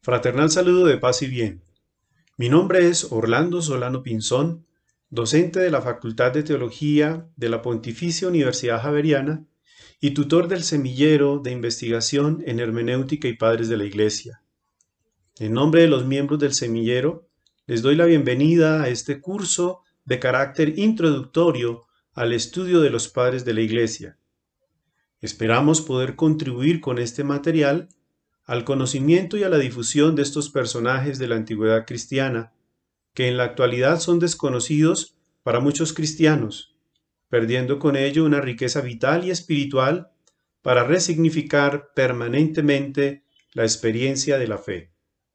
Fraternal saludo de paz y bien. Mi nombre es Orlando Solano Pinzón, docente de la Facultad de Teología de la Pontificia Universidad Javeriana y tutor del Semillero de Investigación en Hermenéutica y Padres de la Iglesia. En nombre de los miembros del Semillero, les doy la bienvenida a este curso de carácter introductorio al estudio de los Padres de la Iglesia. Esperamos poder contribuir con este material al conocimiento y a la difusión de estos personajes de la antigüedad cristiana, que en la actualidad son desconocidos para muchos cristianos, perdiendo con ello una riqueza vital y espiritual para resignificar permanentemente la experiencia de la fe.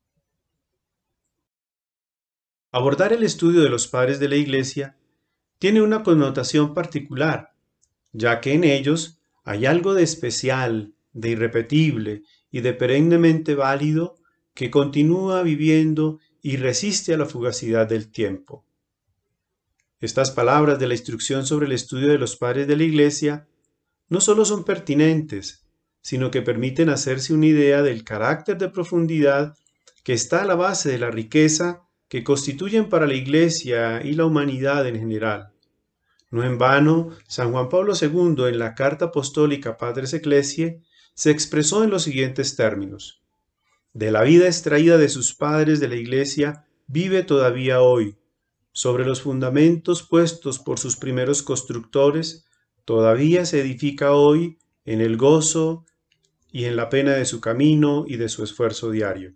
Abordar el estudio de los padres de la Iglesia tiene una connotación particular, ya que en ellos hay algo de especial, de irrepetible y de perennemente válido que continúa viviendo y resiste a la fugacidad del tiempo. Estas palabras de la instrucción sobre el estudio de los padres de la Iglesia no solo son pertinentes, sino que permiten hacerse una idea del carácter de profundidad que está a la base de la riqueza que constituyen para la Iglesia y la humanidad en general. No en vano, San Juan Pablo II en la Carta Apostólica Patres Ecclesiae se expresó en los siguientes términos: de la vida extraída de sus padres de la Iglesia vive todavía hoy, sobre los fundamentos puestos por sus primeros constructores, todavía se edifica hoy en el gozo y en la pena de su camino y de su esfuerzo diario.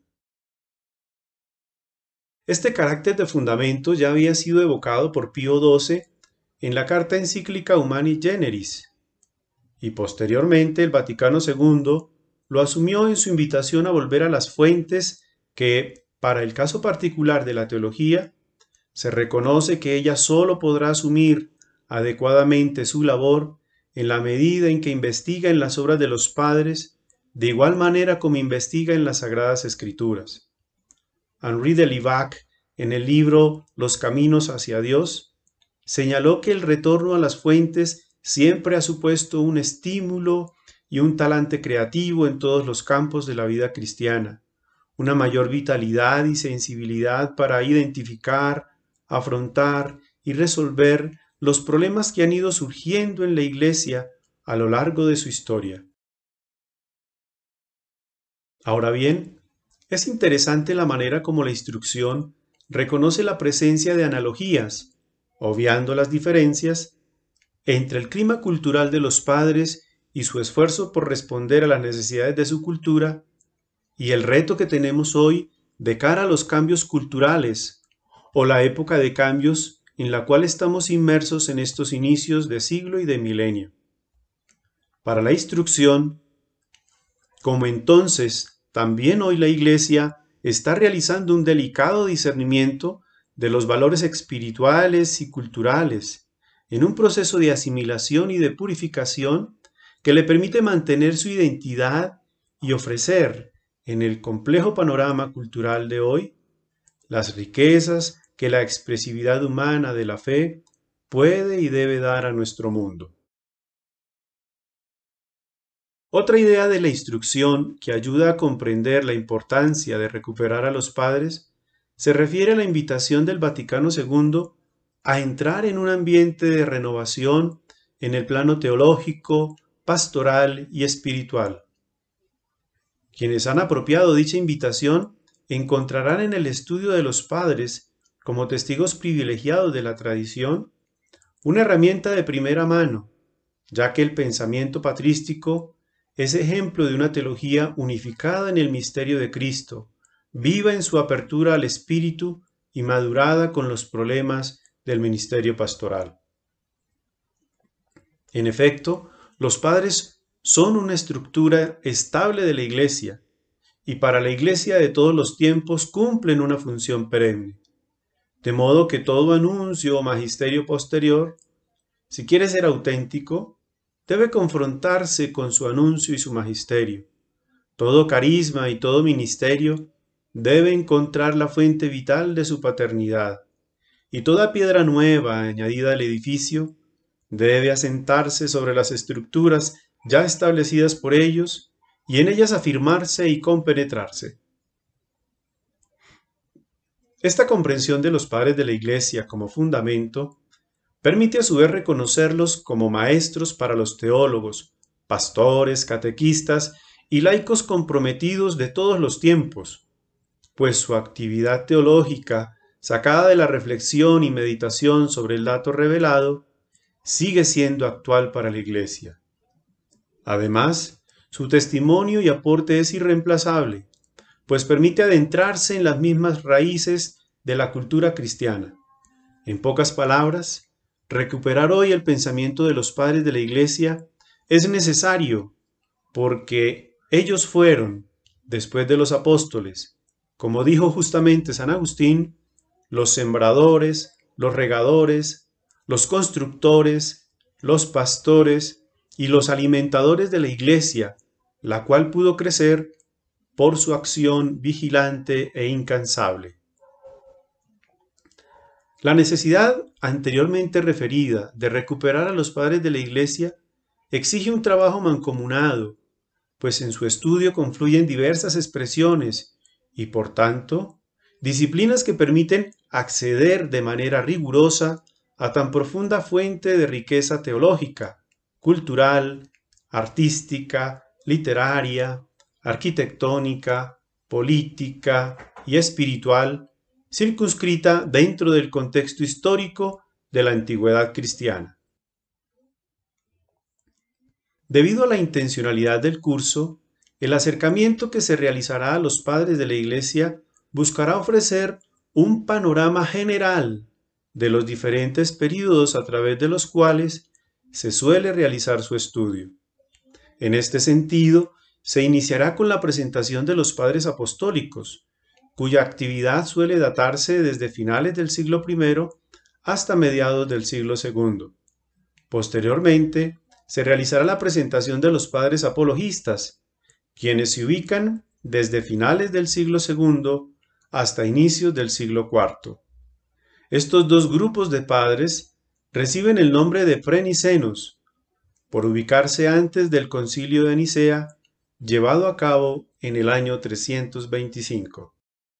Este carácter de fundamento ya había sido evocado por Pío XII en la carta encíclica Humani Generis, y posteriormente el Vaticano II lo asumió en su invitación a volver a las fuentes que, para el caso particular de la teología, se reconoce que ella sólo podrá asumir adecuadamente su labor en la medida en que investiga en las obras de los padres, de igual manera como investiga en las Sagradas Escrituras. Henri de Libac, en el libro Los Caminos hacia Dios, señaló que el retorno a las fuentes siempre ha supuesto un estímulo y un talante creativo en todos los campos de la vida cristiana, una mayor vitalidad y sensibilidad para identificar, afrontar y resolver los problemas que han ido surgiendo en la Iglesia a lo largo de su historia. Ahora bien, es interesante la manera como la instrucción reconoce la presencia de analogías, obviando las diferencias, entre el clima cultural de los padres y su esfuerzo por responder a las necesidades de su cultura, y el reto que tenemos hoy de cara a los cambios culturales, o la época de cambios en la cual estamos inmersos en estos inicios de siglo y de milenio. Para la instrucción, como entonces también hoy la Iglesia está realizando un delicado discernimiento de los valores espirituales y culturales, en un proceso de asimilación y de purificación que le permite mantener su identidad y ofrecer, en el complejo panorama cultural de hoy, las riquezas que la expresividad humana de la fe puede y debe dar a nuestro mundo. Otra idea de la instrucción que ayuda a comprender la importancia de recuperar a los padres se refiere a la invitación del Vaticano II a entrar en un ambiente de renovación en el plano teológico, pastoral y espiritual. Quienes han apropiado dicha invitación encontrarán en el estudio de los padres, como testigos privilegiados de la tradición, una herramienta de primera mano, ya que el pensamiento patrístico es ejemplo de una teología unificada en el misterio de Cristo, viva en su apertura al espíritu y madurada con los problemas del ministerio pastoral. En efecto, los padres son una estructura estable de la Iglesia, y para la Iglesia de todos los tiempos cumplen una función perenne. De modo que todo anuncio o magisterio posterior, si quiere ser auténtico, debe confrontarse con su anuncio y su magisterio. Todo carisma y todo ministerio debe encontrar la fuente vital de su paternidad, y toda piedra nueva añadida al edificio debe asentarse sobre las estructuras ya establecidas por ellos y en ellas afirmarse y compenetrarse. Esta comprensión de los padres de la Iglesia como fundamento permite a su vez reconocerlos como maestros para los teólogos, pastores, catequistas y laicos comprometidos de todos los tiempos, pues su actividad teológica, sacada de la reflexión y meditación sobre el dato revelado, sigue siendo actual para la Iglesia. Además, su testimonio y aporte es irreemplazable, pues permite adentrarse en las mismas raíces de la cultura cristiana. En pocas palabras, recuperar hoy el pensamiento de los padres de la Iglesia es necesario porque ellos fueron, después de los apóstoles, como dijo justamente San Agustín, los sembradores, los regadores, los constructores, los pastores y los alimentadores de la Iglesia, la cual pudo crecer por su acción vigilante e incansable. La necesidad anteriormente referida de recuperar a los padres de la Iglesia exige un trabajo mancomunado, pues en su estudio confluyen diversas expresiones y, por tanto, disciplinas que permiten acceder de manera rigurosa a tan profunda fuente de riqueza teológica, cultural, artística, literaria, arquitectónica, política y espiritual, circunscrita dentro del contexto histórico de la antigüedad cristiana. Debido a la intencionalidad del curso, el acercamiento que se realizará a los padres de la Iglesia buscará ofrecer un panorama general de los diferentes períodos a través de los cuales se suele realizar su estudio. En este sentido, se iniciará con la presentación de los padres apostólicos, cuya actividad suele datarse desde finales del siglo I hasta mediados del siglo II. Posteriormente, se realizará la presentación de los padres apologistas, quienes se ubican desde finales del siglo II hasta inicios del siglo IV. Estos dos grupos de padres reciben el nombre de prenicenos, por ubicarse antes del Concilio de Nicea, llevado a cabo en el año 325.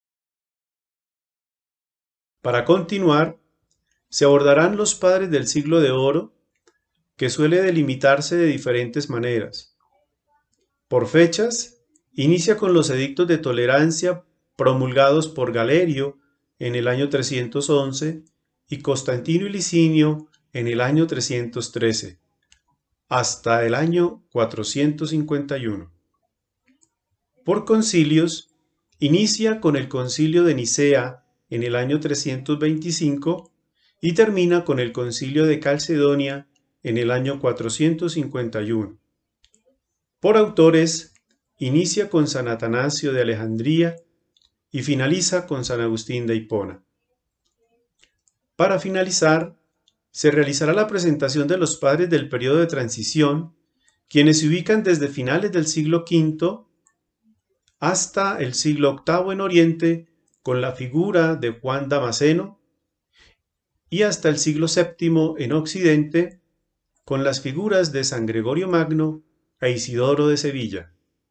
Para continuar, se abordarán los padres del siglo de oro, que suele delimitarse de diferentes maneras. Por fechas, inicia con los edictos de tolerancia promulgados por Galerio en el año 311 y Constantino y Licinio en el año 313, hasta el año 451. Por concilios, inicia con el Concilio de Nicea en el año 325 y termina con el Concilio de Calcedonia en el año 451. Por autores, inicia con San Atanasio de Alejandría y finaliza con San Agustín de Hipona. Para finalizar, se realizará la presentación de los padres del periodo de transición, quienes se ubican desde finales del siglo V hasta el siglo VIII en Oriente, con la figura de Juan Damasceno, y hasta el siglo VII en Occidente, con las figuras de San Gregorio Magno e Isidoro de Sevilla.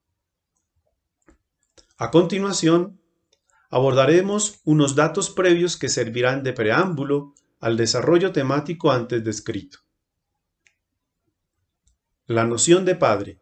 A continuación, abordaremos unos datos previos que servirán de preámbulo al desarrollo temático antes descrito. La noción de padre.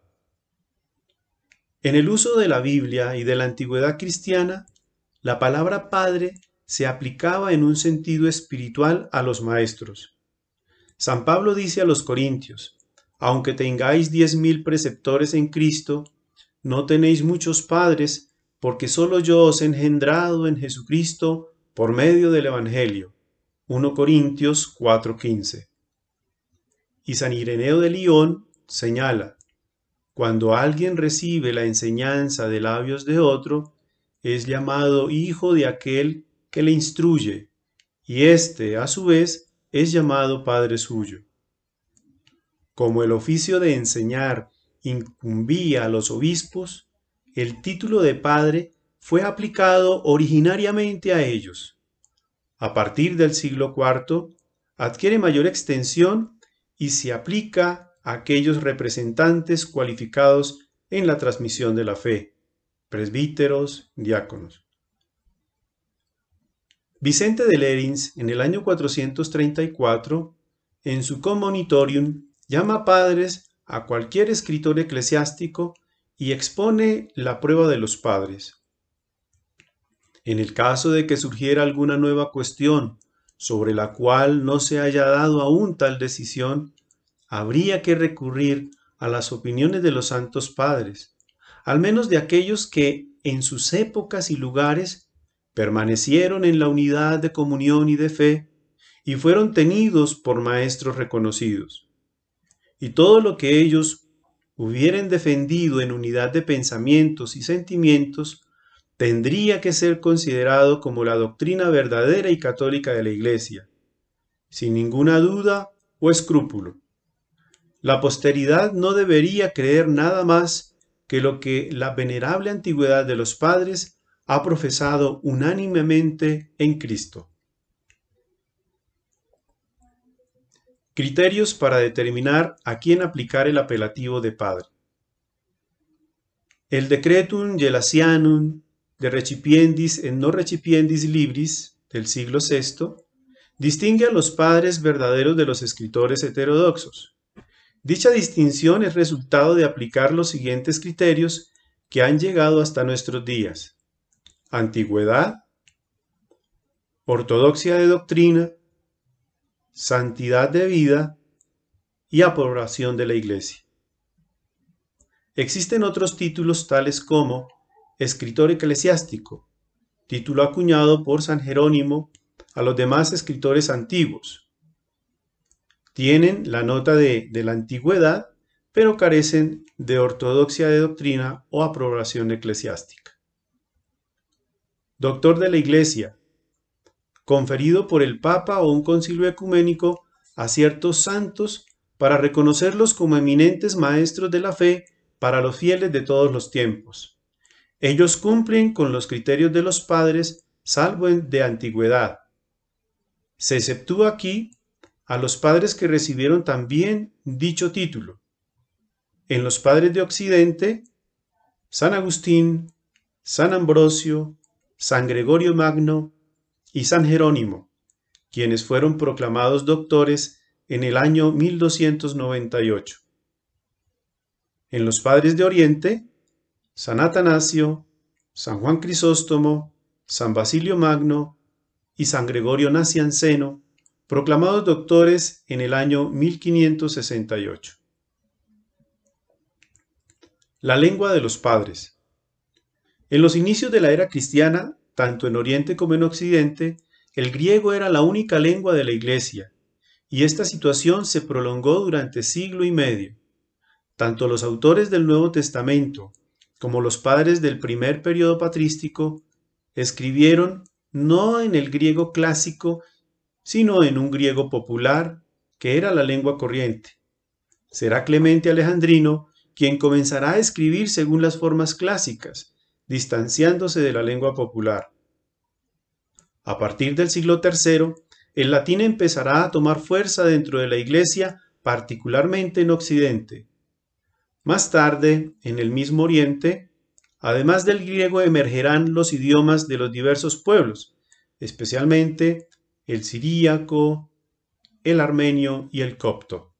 En el uso de la Biblia y de la antigüedad cristiana, la palabra padre se aplicaba en un sentido espiritual a los maestros. San Pablo dice a los Corintios: aunque tengáis 10.000 preceptores en Cristo, no tenéis muchos padres, porque solo yo os he engendrado en Jesucristo por medio del Evangelio. 1 Corintios 4:15. Y San Ireneo de Lyon señala: cuando alguien recibe la enseñanza de labios de otro, es llamado hijo de aquel que le instruye, y éste, a su vez, es llamado padre suyo. Como el oficio de enseñar incumbía a los obispos, el título de padre fue aplicado originariamente a ellos. A partir del siglo IV, adquiere mayor extensión y se aplica a aquellos representantes cualificados en la transmisión de la fe, presbíteros, diáconos. Vicente de Lerins, en el año 434, en su Commonitorium, llama padres a cualquier escritor eclesiástico y expone la prueba de los padres. En el caso de que surgiera alguna nueva cuestión sobre la cual no se haya dado aún tal decisión, habría que recurrir a las opiniones de los santos padres, al menos de aquellos que en sus épocas y lugares permanecieron en la unidad de comunión y de fe y fueron tenidos por maestros reconocidos. Y todo lo que ellos hubieren defendido en unidad de pensamientos y sentimientos tendría que ser considerado como la doctrina verdadera y católica de la Iglesia, sin ninguna duda o escrúpulo. La posteridad no debería creer nada más que lo que la venerable antigüedad de los padres ha profesado unánimemente en Cristo. Criterios para determinar a quién aplicar el apelativo de padre. El Decretum Gelasianum de Recipiendis et non recipiendis libris del siglo VI distingue a los padres verdaderos de los escritores heterodoxos. Dicha distinción es resultado de aplicar los siguientes criterios que han llegado hasta nuestros días: antigüedad, ortodoxia de doctrina, santidad de vida y aprobación de la Iglesia. Existen otros títulos tales como escritor eclesiástico, título acuñado por San Jerónimo a los demás escritores antiguos. Tienen la nota de la antigüedad, pero carecen de ortodoxia de doctrina o aprobación eclesiástica. Doctor de la Iglesia, conferido por el Papa o un concilio ecuménico a ciertos santos para reconocerlos como eminentes maestros de la fe para los fieles de todos los tiempos. Ellos cumplen con los criterios de los padres, salvo de antigüedad. Se exceptúa aquí a los padres que recibieron también dicho título. En los padres de Occidente, San Agustín, San Ambrosio, San Gregorio Magno y San Jerónimo, quienes fueron proclamados doctores en el año 1298. En los padres de Oriente, San Atanasio, San Juan Crisóstomo, San Basilio Magno y San Gregorio Nacianceno, proclamados doctores en el año 1568. La lengua de los padres. En los inicios de la era cristiana, tanto en Oriente como en Occidente, el griego era la única lengua de la Iglesia, y esta situación se prolongó durante siglo y medio. Tanto los autores del Nuevo Testamento como los padres del primer periodo patrístico escribieron no en el griego clásico, sino en un griego popular, que era la lengua corriente. Será Clemente Alejandrino quien comenzará a escribir según las formas clásicas, distanciándose de la lengua popular. A partir del siglo III, el latín empezará a tomar fuerza dentro de la Iglesia, particularmente en Occidente. Más tarde, en el mismo Oriente, además del griego emergerán los idiomas de los diversos pueblos, especialmente el siríaco, el armenio y el copto.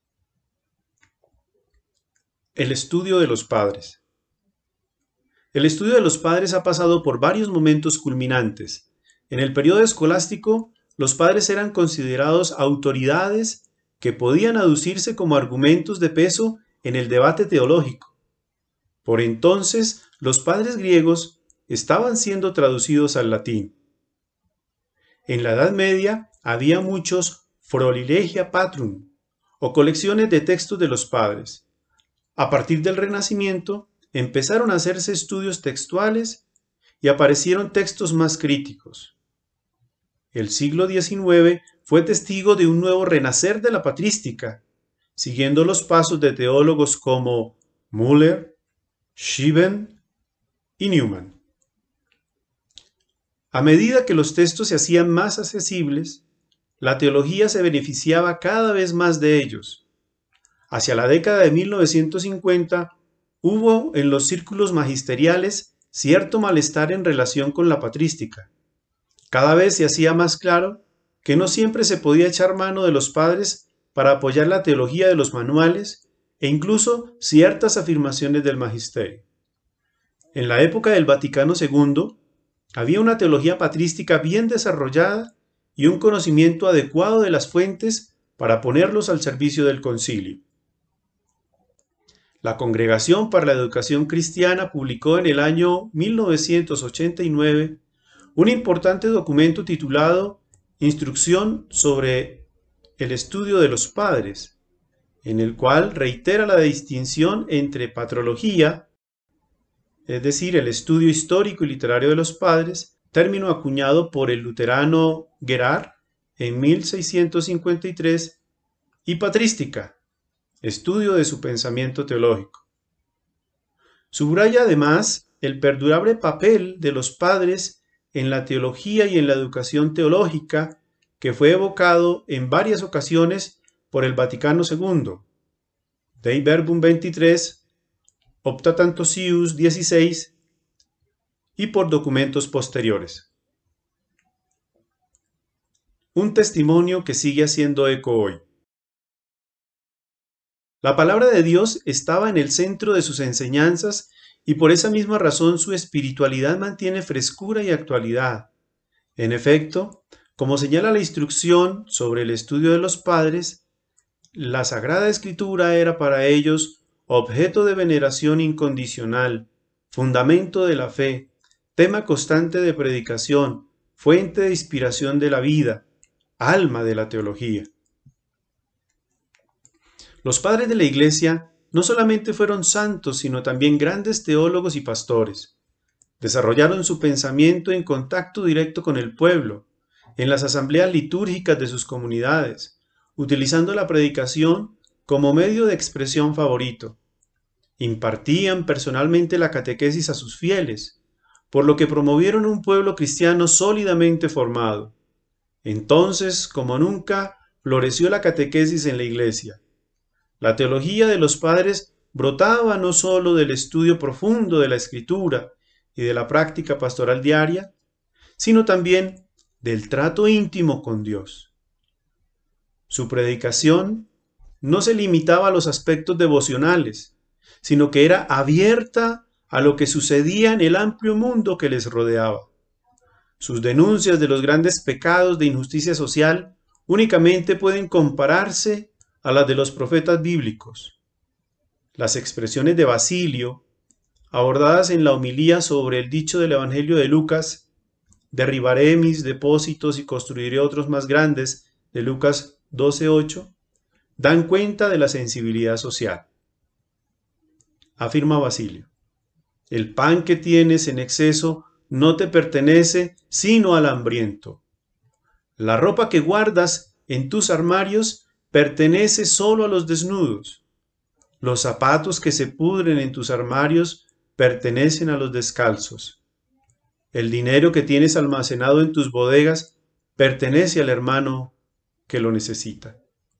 El estudio de los padres. El estudio de los padres ha pasado por varios momentos culminantes. En el periodo escolástico, los padres eran considerados autoridades que podían aducirse como argumentos de peso en el debate teológico. Por entonces, los padres griegos estaban siendo traducidos al latín. En la Edad Media había muchos Florilegia Patrum, o colecciones de textos de los padres. A partir del Renacimiento, empezaron a hacerse estudios textuales y aparecieron textos más críticos. El siglo XIX fue testigo de un nuevo renacer de la patrística, siguiendo los pasos de teólogos como Müller, Scheven y Newman. A medida que los textos se hacían más accesibles, la teología se beneficiaba cada vez más de ellos. Hacia la década de 1950 hubo en los círculos magisteriales cierto malestar en relación con la patrística. Cada vez se hacía más claro que no siempre se podía echar mano de los padres para apoyar la teología de los manuales e incluso ciertas afirmaciones del magisterio. En la época del Vaticano II, había una teología patrística bien desarrollada y un conocimiento adecuado de las fuentes para ponerlos al servicio del concilio. La Congregación para la Educación Cristiana publicó en el año 1989 un importante documento titulado Instrucción sobre el estudio de los padres, en el cual reitera la distinción entre patrología, es decir, el estudio histórico y literario de los padres, término acuñado por el luterano Gerhard en 1653, y patrística, estudio de su pensamiento teológico. Subraya además el perdurable papel de los padres en la teología y en la educación teológica que fue evocado en varias ocasiones por el Vaticano II, Dei Verbum 23, Optatanto Sius 16 y por documentos posteriores. Un testimonio que sigue haciendo eco hoy. La palabra de Dios estaba en el centro de sus enseñanzas y por esa misma razón su espiritualidad mantiene frescura y actualidad. En efecto, como señala la instrucción sobre el estudio de los padres, la Sagrada Escritura era para ellos objeto de veneración incondicional, fundamento de la fe, tema constante de predicación, fuente de inspiración de la vida, alma de la teología. Los padres de la Iglesia no solamente fueron santos, sino también grandes teólogos y pastores. Desarrollaron su pensamiento en contacto directo con el pueblo, en las asambleas litúrgicas de sus comunidades, utilizando la predicación como medio de expresión favorito. Impartían personalmente la catequesis a sus fieles, por lo que promovieron un pueblo cristiano sólidamente formado. Entonces, como nunca, floreció la catequesis en la Iglesia. La teología de los padres brotaba no sólo del estudio profundo de la Escritura y de la práctica pastoral diaria, sino también del trato íntimo con Dios. Su predicación no se limitaba a los aspectos devocionales, sino que era abierta a lo que sucedía en el amplio mundo que les rodeaba. Sus denuncias de los grandes pecados de injusticia social únicamente pueden compararse a las de los profetas bíblicos. Las expresiones de Basilio, abordadas en la homilía sobre el dicho del Evangelio de Lucas, derribaré mis depósitos y construiré otros más grandes, de Lucas 12:8, dan cuenta de la sensibilidad social. Afirma Basilio, el pan que tienes en exceso no te pertenece sino al hambriento. La ropa que guardas en tus armarios pertenece solo a los desnudos. Los zapatos que se pudren en tus armarios pertenecen a los descalzos. El dinero que tienes almacenado en tus bodegas pertenece al hermano que lo necesita.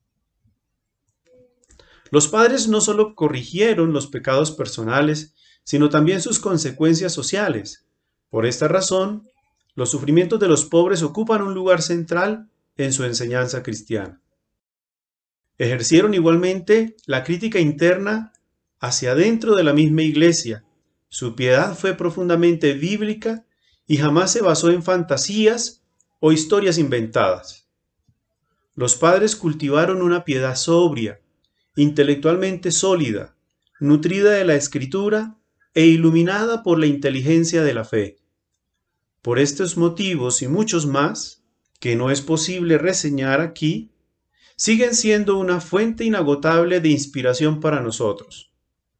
Los padres no solo corrigieron los pecados personales, sino también sus consecuencias sociales. Por esta razón, los sufrimientos de los pobres ocupan un lugar central en su enseñanza cristiana. Ejercieron igualmente la crítica interna hacia dentro de la misma Iglesia. Su piedad fue profundamente bíblica y jamás se basó en fantasías o historias inventadas. Los padres cultivaron una piedad sobria, intelectualmente sólida, nutrida de la Escritura e iluminada por la inteligencia de la fe. Por estos motivos y muchos más, que no es posible reseñar aquí, siguen siendo una fuente inagotable de inspiración para nosotros.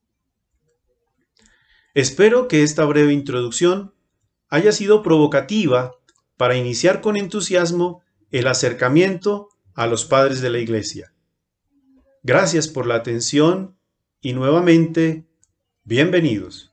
Espero que esta breve introducción haya sido provocativa para iniciar con entusiasmo el acercamiento a los padres de la Iglesia. Gracias por la atención y nuevamente, bienvenidos.